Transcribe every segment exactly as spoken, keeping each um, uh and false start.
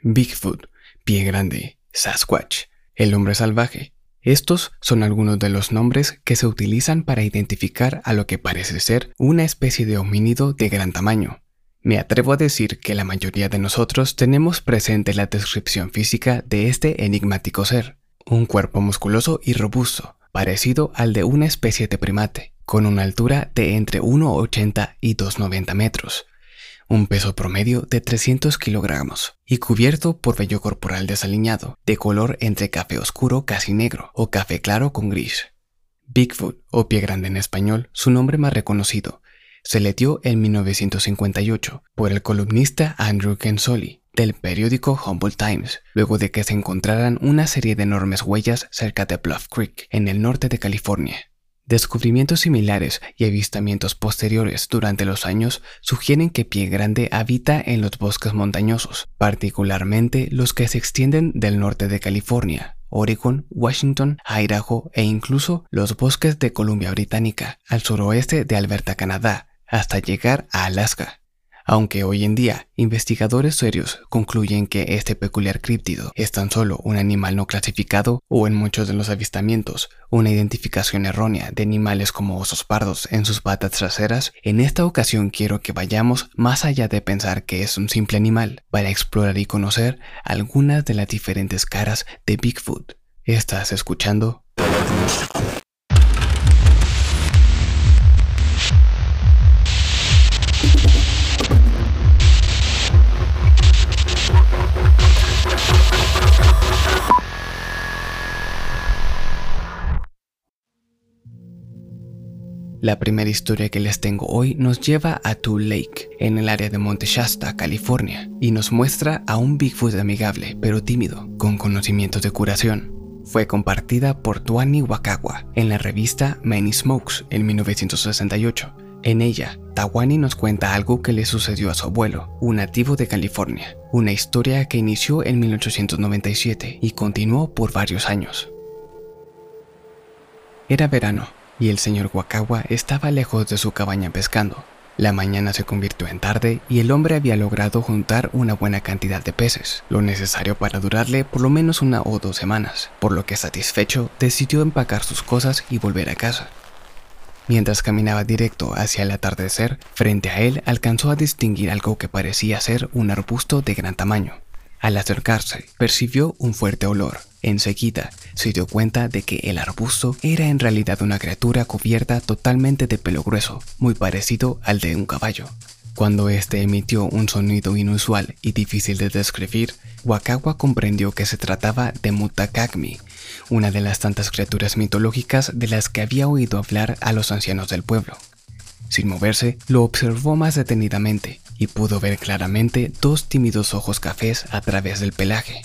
Bigfoot, Pie Grande, Sasquatch, el hombre salvaje. Estos son algunos de los nombres que se utilizan para identificar a lo que parece ser una especie de homínido de gran tamaño. Me atrevo a decir que la mayoría de nosotros tenemos presente la descripción física de este enigmático ser. Un cuerpo musculoso y robusto, parecido al de una especie de primate, con una altura de entre uno ochenta y dos noventa metros. Un peso promedio de trescientos kilogramos y cubierto por vello corporal desaliñado, de color entre café oscuro casi negro o café claro con gris. Bigfoot, o Pie Grande en español, su nombre más reconocido, se le dio en mil novecientos cincuenta y ocho por el columnista Andrew Kensoli del periódico Humboldt Times, luego de que se encontraran una serie de enormes huellas cerca de Bluff Creek, en el norte de California. Descubrimientos similares y avistamientos posteriores durante los años sugieren que Pie Grande habita en los bosques montañosos, particularmente los que se extienden del norte de California, Oregon, Washington, Idaho e incluso los bosques de Columbia Británica, al suroeste de Alberta, Canadá, hasta llegar a Alaska. Aunque hoy en día investigadores serios concluyen que este peculiar críptido es tan solo un animal no clasificado o en muchos de los avistamientos una identificación errónea de animales como osos pardos en sus patas traseras, en esta ocasión quiero que vayamos más allá de pensar que es un simple animal para explorar y conocer algunas de las diferentes caras de Bigfoot. Estás escuchando La primera historia que les tengo hoy nos lleva a Tule Lake, en el área de Monte Shasta, California, y nos muestra a un Bigfoot amigable pero tímido, con conocimientos de curación. Fue compartida por Tawny Wakawa en la revista Many Smokes en mil novecientos sesenta y ocho. En ella, Tawny nos cuenta algo que le sucedió a su abuelo, un nativo de California, una historia que inició en mil ochocientos noventa y siete y continuó por varios años. Era verano, y el señor Wakawa estaba lejos de su cabaña pescando. La mañana se convirtió en tarde y el hombre había logrado juntar una buena cantidad de peces, lo necesario para durarle por lo menos una o dos semanas, por lo que satisfecho decidió empacar sus cosas y volver a casa. Mientras caminaba directo hacia el atardecer, frente a él alcanzó a distinguir algo que parecía ser un arbusto de gran tamaño. Al acercarse, percibió un fuerte olor. Enseguida, se dio cuenta de que el arbusto era en realidad una criatura cubierta totalmente de pelo grueso, muy parecido al de un caballo. Cuando este emitió un sonido inusual y difícil de describir, Wakawa comprendió que se trataba de Mutacagmi, una de las tantas criaturas mitológicas de las que había oído hablar a los ancianos del pueblo. Sin moverse, lo observó más detenidamente y pudo ver claramente dos tímidos ojos cafés a través del pelaje.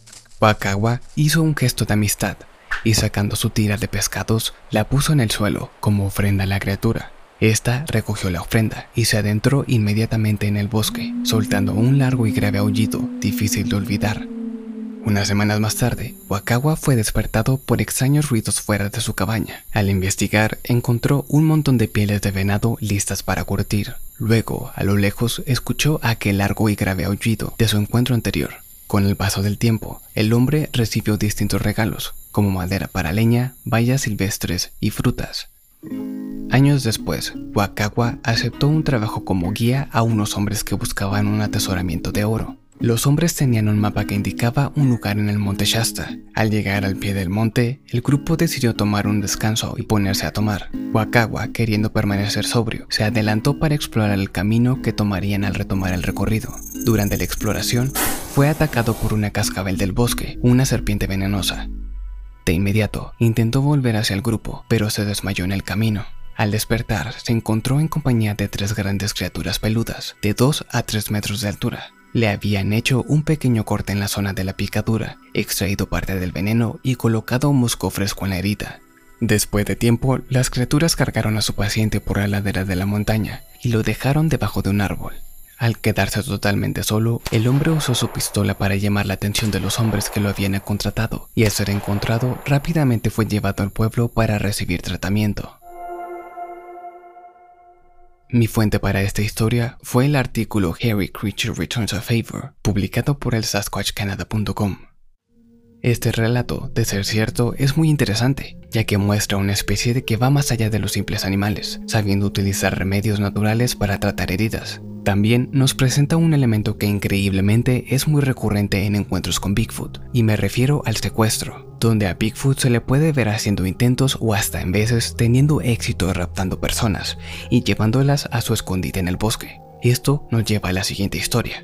Wakawa hizo un gesto de amistad y sacando su tira de pescados, la puso en el suelo como ofrenda a la criatura. Esta recogió la ofrenda y se adentró inmediatamente en el bosque, soltando un largo y grave aullido difícil de olvidar. Unas semanas más tarde, Wakawa fue despertado por extraños ruidos fuera de su cabaña. Al investigar, encontró un montón de pieles de venado listas para curtir. Luego, a lo lejos, escuchó aquel largo y grave aullido de su encuentro anterior. Con el paso del tiempo, el hombre recibió distintos regalos, como madera para leña, bayas silvestres y frutas. Años después, Wakawa aceptó un trabajo como guía a unos hombres que buscaban un atesoramiento de oro. Los hombres tenían un mapa que indicaba un lugar en el monte Shasta. Al llegar al pie del monte, el grupo decidió tomar un descanso y ponerse a tomar. Wakawa, queriendo permanecer sobrio, se adelantó para explorar el camino que tomarían al retomar el recorrido. Durante la exploración, fue atacado por una cascabel del bosque, una serpiente venenosa. De inmediato, intentó volver hacia el grupo, pero se desmayó en el camino. Al despertar, se encontró en compañía de tres grandes criaturas peludas, de dos a tres metros de altura. Le habían hecho un pequeño corte en la zona de la picadura, extraído parte del veneno y colocado un musgo fresco en la herida. Después de tiempo, las criaturas cargaron a su paciente por la ladera de la montaña y lo dejaron debajo de un árbol. Al quedarse totalmente solo, el hombre usó su pistola para llamar la atención de los hombres que lo habían contratado y al ser encontrado, rápidamente fue llevado al pueblo para recibir tratamiento. Mi fuente para esta historia fue el artículo Hairy Creature Returns a Favor, publicado por el Sasquatch Canada punto com. Este relato, de ser cierto, es muy interesante, ya que muestra una especie que va más allá de los simples animales, sabiendo utilizar remedios naturales para tratar heridas. También nos presenta un elemento que increíblemente es muy recurrente en encuentros con Bigfoot, y me refiero al secuestro, donde a Bigfoot se le puede ver haciendo intentos o hasta en veces teniendo éxito raptando personas y llevándolas a su escondite en el bosque. Esto nos lleva a la siguiente historia.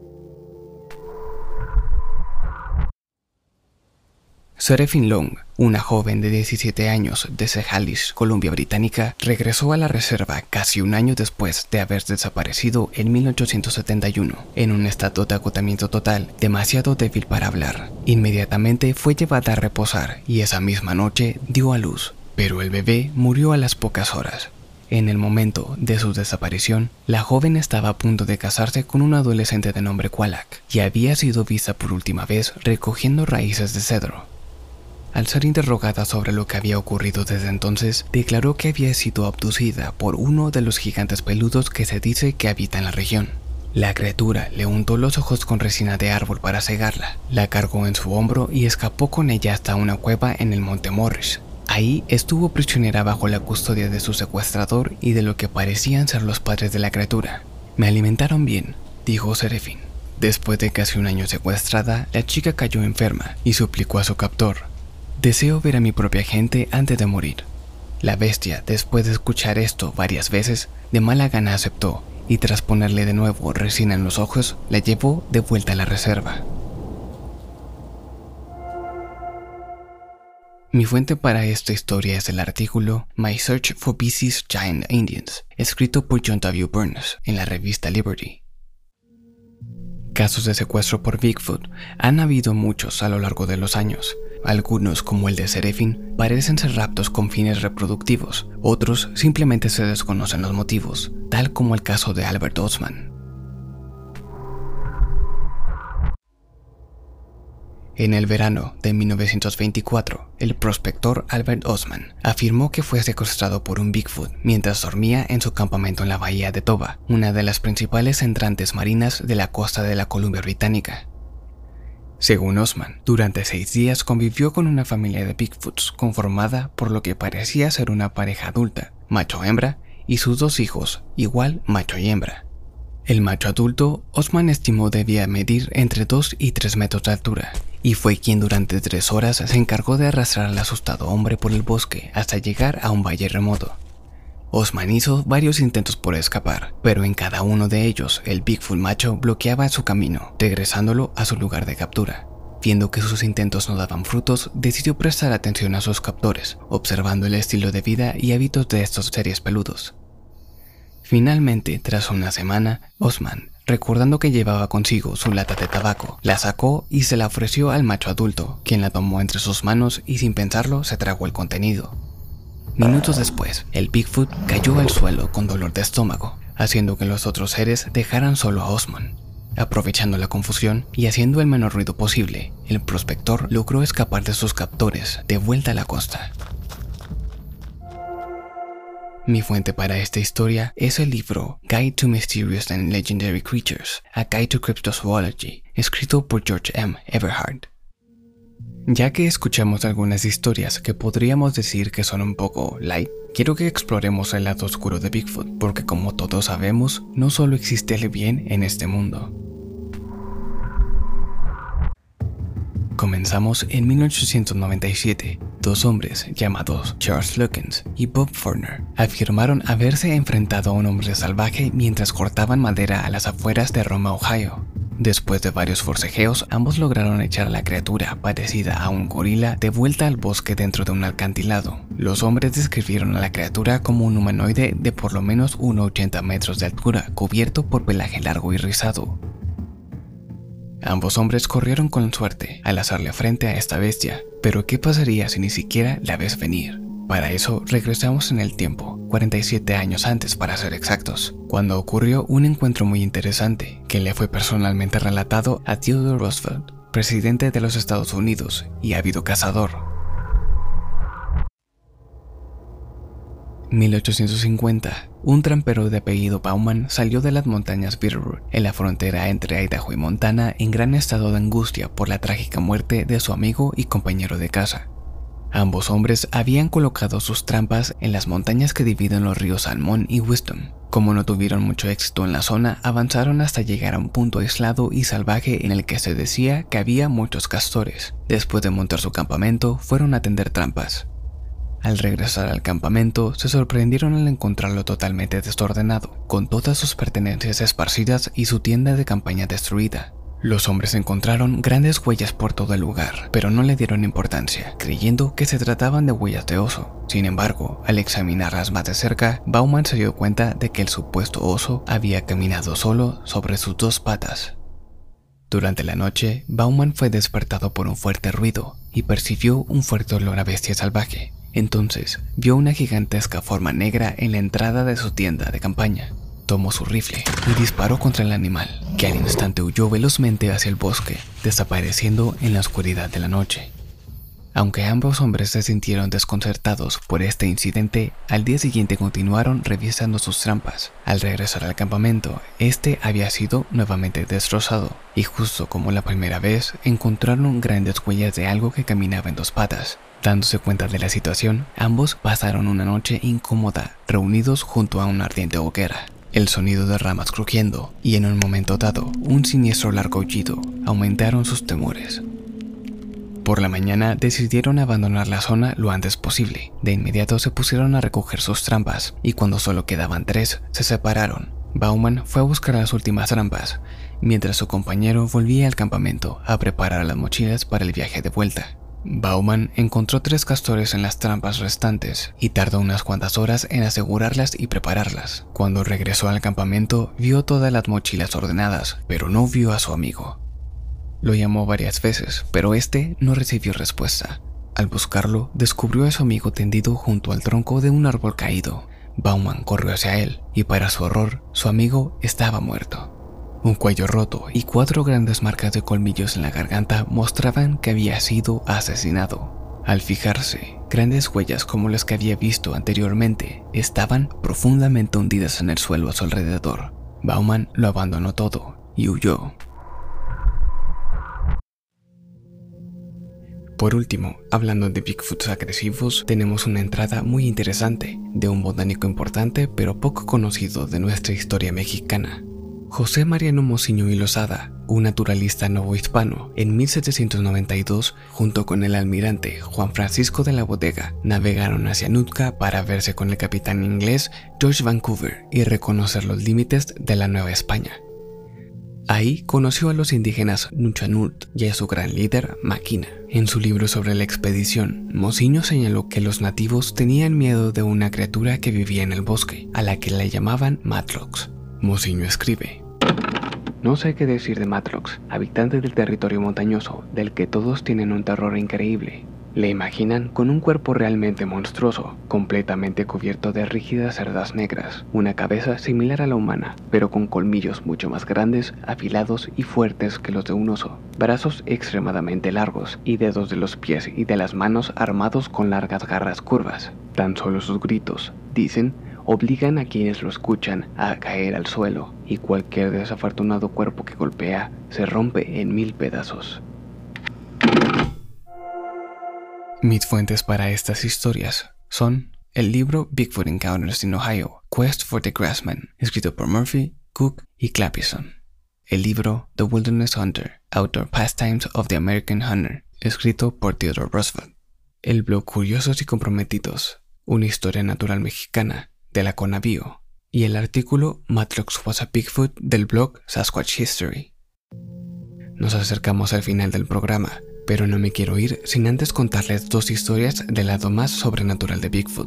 Serafin Long, una joven de diecisiete años de Secaucus, Columbia Británica, regresó a la reserva casi un año después de haber desaparecido en mil ochocientos setenta y uno, en un estado de agotamiento total, demasiado débil para hablar. Inmediatamente fue llevada a reposar y esa misma noche dio a luz, pero el bebé murió a las pocas horas. En el momento de su desaparición, la joven estaba a punto de casarse con un adolescente de nombre Qualak y había sido vista por última vez recogiendo raíces de cedro. Al ser interrogada sobre lo que había ocurrido desde entonces, declaró que había sido abducida por uno de los gigantes peludos que se dice que habita en la región. La criatura le untó los ojos con resina de árbol para cegarla, la cargó en su hombro y escapó con ella hasta una cueva en el Monte Morris. Ahí estuvo prisionera bajo la custodia de su secuestrador y de lo que parecían ser los padres de la criatura. «Me alimentaron bien», dijo Serafin. Después de casi un año secuestrada, la chica cayó enferma y suplicó a su captor: «Deseo ver a mi propia gente antes de morir». La bestia, después de escuchar esto varias veces, de mala gana aceptó, y tras ponerle de nuevo resina en los ojos, la llevó de vuelta a la reserva. Mi fuente para esta historia es el artículo My Search for B C's Giant Indians, escrito por John W. Burns en la revista Liberty. Casos de secuestro por Bigfoot han habido muchos a lo largo de los años. Algunos, como el de Serafin, parecen ser raptos con fines reproductivos, otros simplemente se desconocen los motivos, tal como el caso de Albert Ostman. En el verano de mil novecientos veinticuatro, el prospector Albert Ostman afirmó que fue secuestrado por un Bigfoot mientras dormía en su campamento en la bahía de Toba, una de las principales entrantes marinas de la costa de la Columbia Británica. Según Ostman, durante seis días convivió con una familia de Bigfoots conformada por lo que parecía ser una pareja adulta, macho-hembra, y sus dos hijos, igual macho y hembra. El macho adulto, Ostman estimó debía medir entre dos y tres metros de altura, y fue quien durante tres horas se encargó de arrastrar al asustado hombre por el bosque hasta llegar a un valle remoto. Ostman hizo varios intentos por escapar, pero en cada uno de ellos el Bigfoot macho bloqueaba su camino, regresándolo a su lugar de captura. Viendo que sus intentos no daban frutos, decidió prestar atención a sus captores, observando el estilo de vida y hábitos de estos seres peludos. Finalmente, tras una semana, Ostman, recordando que llevaba consigo su lata de tabaco, la sacó y se la ofreció al macho adulto, quien la tomó entre sus manos y sin pensarlo se tragó el contenido. Minutos después, el Bigfoot cayó al suelo con dolor de estómago, haciendo que los otros seres dejaran solo a Ostman. Aprovechando la confusión y haciendo el menor ruido posible, el prospector logró escapar de sus captores de vuelta a la costa. Mi fuente para esta historia es el libro Guide to Mysterious and Legendary Creatures, A Guide to Cryptozoology, escrito por George M. Everhart. Ya que escuchamos algunas historias que podríamos decir que son un poco light, quiero que exploremos el lado oscuro de Bigfoot, porque como todos sabemos, no solo existe el bien en este mundo. Comenzamos en mil ochocientos noventa y siete. Dos hombres llamados Charles Lukens y Bob Furner afirmaron haberse enfrentado a un hombre salvaje mientras cortaban madera a las afueras de Roma, Ohio. Después de varios forcejeos, ambos lograron echar a la criatura, parecida a un gorila, de vuelta al bosque dentro de un acantilado. Los hombres describieron a la criatura como un humanoide de por lo menos uno coma ochenta metros de altura, cubierto por pelaje largo y rizado. Ambos hombres corrieron con suerte al hacerle frente a esta bestia, pero ¿qué pasaría si ni siquiera la ves venir? Para eso regresamos en el tiempo, cuarenta y siete años antes para ser exactos, cuando ocurrió un encuentro muy interesante que le fue personalmente relatado a Theodore Roosevelt, presidente de los Estados Unidos y ávido cazador. mil ochocientos cincuenta, un trampero de apellido Bauman salió de las montañas Bitterroot, en la frontera entre Idaho y Montana, en gran estado de angustia por la trágica muerte de su amigo y compañero de casa. Ambos hombres habían colocado sus trampas en las montañas que dividen los ríos Salmon y Wisdom. Como no tuvieron mucho éxito en la zona, avanzaron hasta llegar a un punto aislado y salvaje en el que se decía que había muchos castores. Después de montar su campamento, fueron a tender trampas. Al regresar al campamento, se sorprendieron al encontrarlo totalmente desordenado, con todas sus pertenencias esparcidas y su tienda de campaña destruida. Los hombres encontraron grandes huellas por todo el lugar, pero no le dieron importancia, creyendo que se trataban de huellas de oso. Sin embargo, al examinarlas más de cerca, Bauman se dio cuenta de que el supuesto oso había caminado solo sobre sus dos patas. Durante la noche, Bauman fue despertado por un fuerte ruido y percibió un fuerte olor a bestia salvaje. Entonces, vio una gigantesca forma negra en la entrada de su tienda de campaña. Tomó su rifle y disparó contra el animal, que al instante huyó velozmente hacia el bosque, desapareciendo en la oscuridad de la noche. Aunque ambos hombres se sintieron desconcertados por este incidente, al día siguiente continuaron revisando sus trampas. Al regresar al campamento, este había sido nuevamente destrozado, y justo como la primera vez, encontraron grandes huellas de algo que caminaba en dos patas. Dándose cuenta de la situación, ambos pasaron una noche incómoda, reunidos junto a una ardiente hoguera. El sonido de ramas crujiendo y en un momento dado, un siniestro largo aullido aumentaron sus temores. Por la mañana decidieron abandonar la zona lo antes posible. De inmediato se pusieron a recoger sus trampas y cuando solo quedaban tres, se separaron. Bauman fue a buscar las últimas trampas, mientras su compañero volvía al campamento a preparar las mochilas para el viaje de vuelta. Bauman encontró tres castores en las trampas restantes y tardó unas cuantas horas en asegurarlas y prepararlas. Cuando regresó al campamento, vio todas las mochilas ordenadas, pero no vio a su amigo. Lo llamó varias veces, pero este no recibió respuesta. Al buscarlo, descubrió a su amigo tendido junto al tronco de un árbol caído. Bauman corrió hacia él y para su horror, su amigo estaba muerto. Un cuello roto y cuatro grandes marcas de colmillos en la garganta mostraban que había sido asesinado. Al fijarse, grandes huellas como las que había visto anteriormente estaban profundamente hundidas en el suelo a su alrededor. Bauman lo abandonó todo y huyó. Por último, hablando de Bigfoots agresivos, tenemos una entrada muy interesante de un botánico importante pero poco conocido de nuestra historia mexicana. José Mariano Mociño y Lozada, un naturalista novohispano, en mil setecientos noventa y dos, junto con el almirante Juan Francisco de la Bodega, navegaron hacia Nootka para verse con el capitán inglés George Vancouver y reconocer los límites de la Nueva España. Ahí conoció a los indígenas Nuchanut y a su gran líder, Maquina. En su libro sobre la expedición, Mociño señaló que los nativos tenían miedo de una criatura que vivía en el bosque, a la que le llamaban Matlocks. Mociño escribe: no sé qué decir de Matlocks, habitante del territorio montañoso, del que todos tienen un terror increíble. Le imaginan con un cuerpo realmente monstruoso, completamente cubierto de rígidas cerdas negras, una cabeza similar a la humana, pero con colmillos mucho más grandes, afilados y fuertes que los de un oso, brazos extremadamente largos y dedos de los pies y de las manos armados con largas garras curvas. Tan solo sus gritos, dicen, obligan a quienes lo escuchan a caer al suelo, y cualquier desafortunado cuerpo que golpea se rompe en mil pedazos. Mis fuentes para estas historias son el libro Bigfoot Encounters in Ohio, Quest for the Grassman, escrito por Murphy, Cook y Clapison. El libro The Wilderness Hunter, Outdoor Pastimes of the American Hunter, escrito por Theodore Roosevelt. El blog Curiosos y Comprometidos, una historia natural mexicana, de la Conabio. Y el artículo Matlocks was a Bigfoot del blog Sasquatch History. Nos acercamos al final del programa, pero no me quiero ir sin antes contarles dos historias del lado más sobrenatural de Bigfoot.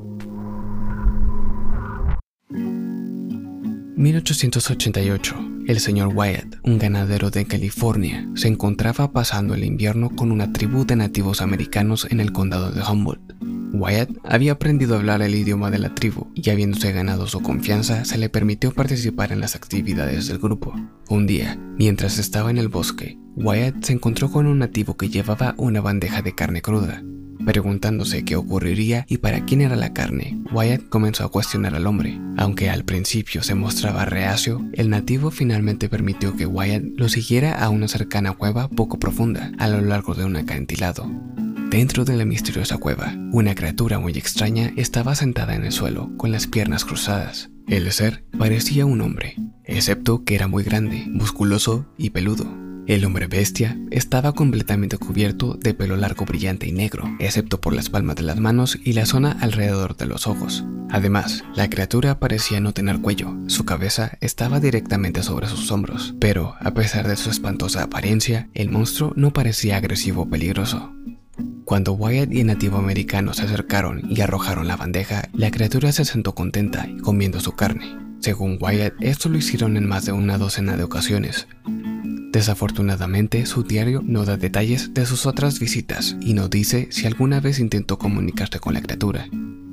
mil ochocientos ochenta y ocho, el señor Wyatt, un ganadero de California, se encontraba pasando el invierno con una tribu de nativos americanos en el condado de Humboldt. Wyatt había aprendido a hablar el idioma de la tribu y habiéndose ganado su confianza, se le permitió participar en las actividades del grupo. Un día, mientras estaba en el bosque, Wyatt se encontró con un nativo que llevaba una bandeja de carne cruda. Preguntándose qué ocurriría y para quién era la carne, Wyatt comenzó a cuestionar al hombre. Aunque al principio se mostraba reacio, el nativo finalmente permitió que Wyatt lo siguiera a una cercana cueva poco profunda, a lo largo de un acantilado. Dentro de la misteriosa cueva, una criatura muy extraña estaba sentada en el suelo, con las piernas cruzadas. El ser parecía un hombre, excepto que era muy grande, musculoso y peludo. El hombre bestia estaba completamente cubierto de pelo largo brillante y negro, excepto por las palmas de las manos y la zona alrededor de los ojos. Además, la criatura parecía no tener cuello, su cabeza estaba directamente sobre sus hombros, pero a pesar de su espantosa apariencia, el monstruo no parecía agresivo o peligroso. Cuando Wyatt y el nativo americano se acercaron y arrojaron la bandeja, la criatura se sentó contenta comiendo su carne. Según Wyatt, esto lo hicieron en más de una docena de ocasiones. Desafortunadamente, su diario no da detalles de sus otras visitas y no dice si alguna vez intentó comunicarse con la criatura.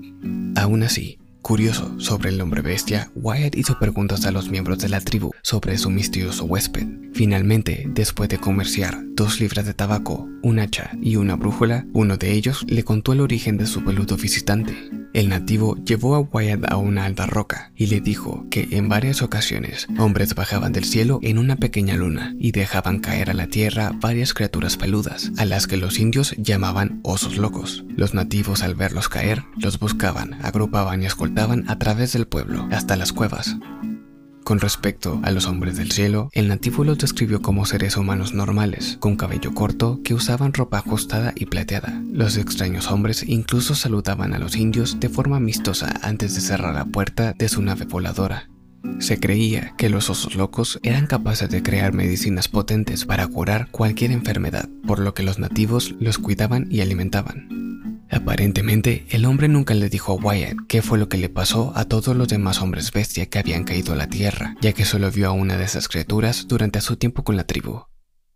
Aún así, curioso sobre el hombre bestia, Wyatt hizo preguntas a los miembros de la tribu sobre su misterioso huésped. Finalmente, después de comerciar dos libras de tabaco, un hacha y una brújula, uno de ellos le contó el origen de su peludo visitante. El nativo llevó a Wyatt a una alta roca y le dijo que en varias ocasiones hombres bajaban del cielo en una pequeña luna y dejaban caer a la tierra varias criaturas peludas, a las que los indios llamaban osos locos. Los nativos, al verlos caer, los buscaban, agrupaban y escoltaban a través del pueblo hasta las cuevas. Con respecto a los hombres del cielo, el nativo los describió como seres humanos normales, con cabello corto, que usaban ropa ajustada y plateada. Los extraños hombres incluso saludaban a los indios de forma amistosa antes de cerrar la puerta de su nave voladora. Se creía que los osos locos eran capaces de crear medicinas potentes para curar cualquier enfermedad, por lo que los nativos los cuidaban y alimentaban. Aparentemente, el hombre nunca le dijo a Wyatt qué fue lo que le pasó a todos los demás hombres bestia que habían caído a la tierra, ya que solo vio a una de esas criaturas durante su tiempo con la tribu.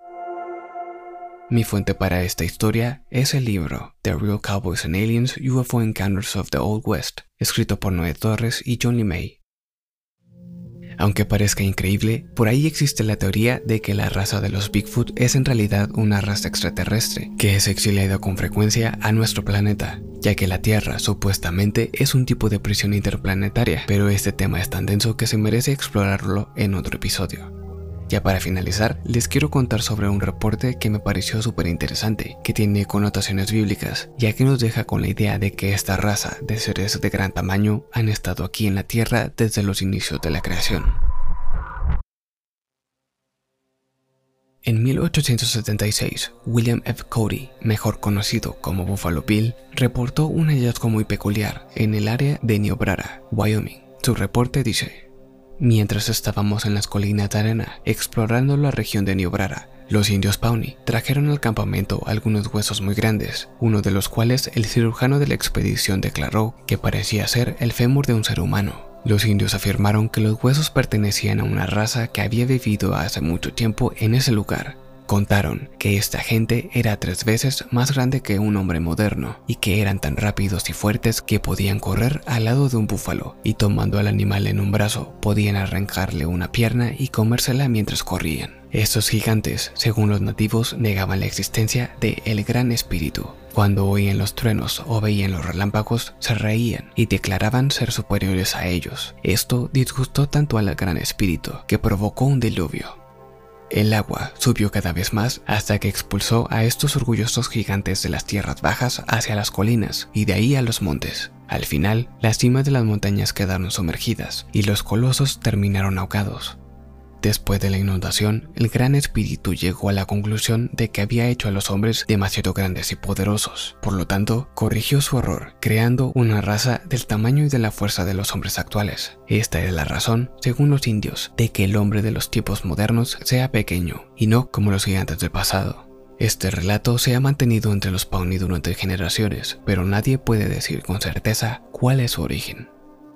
Mi fuente para esta historia es el libro The Real Cowboys and Aliens U F O Encounters of the Old West, escrito por Noé Torres y John Lee May. Aunque parezca increíble, por ahí existe la teoría de que la raza de los Bigfoot es en realidad una raza extraterrestre que es exiliada con frecuencia a nuestro planeta, ya que la Tierra supuestamente es un tipo de prisión interplanetaria, pero este tema es tan denso que se merece explorarlo en otro episodio. Ya para finalizar, les quiero contar sobre un reporte que me pareció súper interesante, que tiene connotaciones bíblicas, ya que nos deja con la idea de que esta raza de seres de gran tamaño han estado aquí en la Tierra desde los inicios de la creación. En mil ochocientos setenta y seis, William F. Cody, mejor conocido como Buffalo Bill, reportó un hallazgo muy peculiar en el área de Niobrara, Wyoming. Su reporte dice: mientras estábamos en las colinas de arena explorando la región de Niobrara, los indios Pawnee trajeron al campamento algunos huesos muy grandes, uno de los cuales el cirujano de la expedición declaró que parecía ser el fémur de un ser humano. Los indios afirmaron que los huesos pertenecían a una raza que había vivido hace mucho tiempo en ese lugar. Contaron que esta gente era tres veces más grande que un hombre moderno y que eran tan rápidos y fuertes que podían correr al lado de un búfalo y, tomando al animal en un brazo, podían arrancarle una pierna y comérsela mientras corrían. Estos gigantes, según los nativos, negaban la existencia de el Gran Espíritu. Cuando oían los truenos o veían los relámpagos, se reían y declaraban ser superiores a ellos. Esto disgustó tanto al Gran Espíritu que provocó un diluvio. El agua subió cada vez más hasta que expulsó a estos orgullosos gigantes de las tierras bajas hacia las colinas y de ahí a los montes. Al final, las cimas de las montañas quedaron sumergidas y los colosos terminaron ahogados. Después de la inundación, el Gran Espíritu llegó a la conclusión de que había hecho a los hombres demasiado grandes y poderosos. Por lo tanto, corrigió su error, creando una raza del tamaño y de la fuerza de los hombres actuales. Esta es la razón, según los indios, de que el hombre de los tiempos modernos sea pequeño, y no como los gigantes del pasado. Este relato se ha mantenido entre los Pawnee durante generaciones, pero nadie puede decir con certeza cuál es su origen.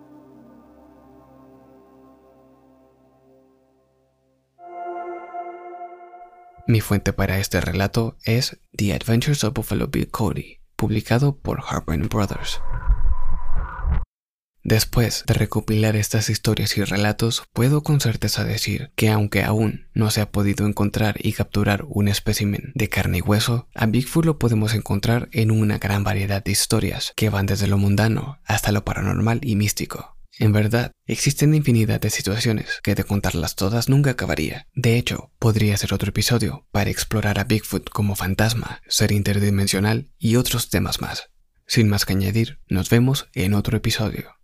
Mi fuente para este relato es The Adventures of Buffalo Bill Cody, publicado por Harper and Brothers. Después de recopilar estas historias y relatos, puedo con certeza decir que aunque aún no se ha podido encontrar y capturar un espécimen de carne y hueso, a Bigfoot lo podemos encontrar en una gran variedad de historias que van desde lo mundano hasta lo paranormal y místico. En verdad, existen infinidad de situaciones que de contarlas todas nunca acabaría. De hecho, podría ser otro episodio para explorar a Bigfoot como fantasma, ser interdimensional y otros temas más. Sin más que añadir, nos vemos en otro episodio.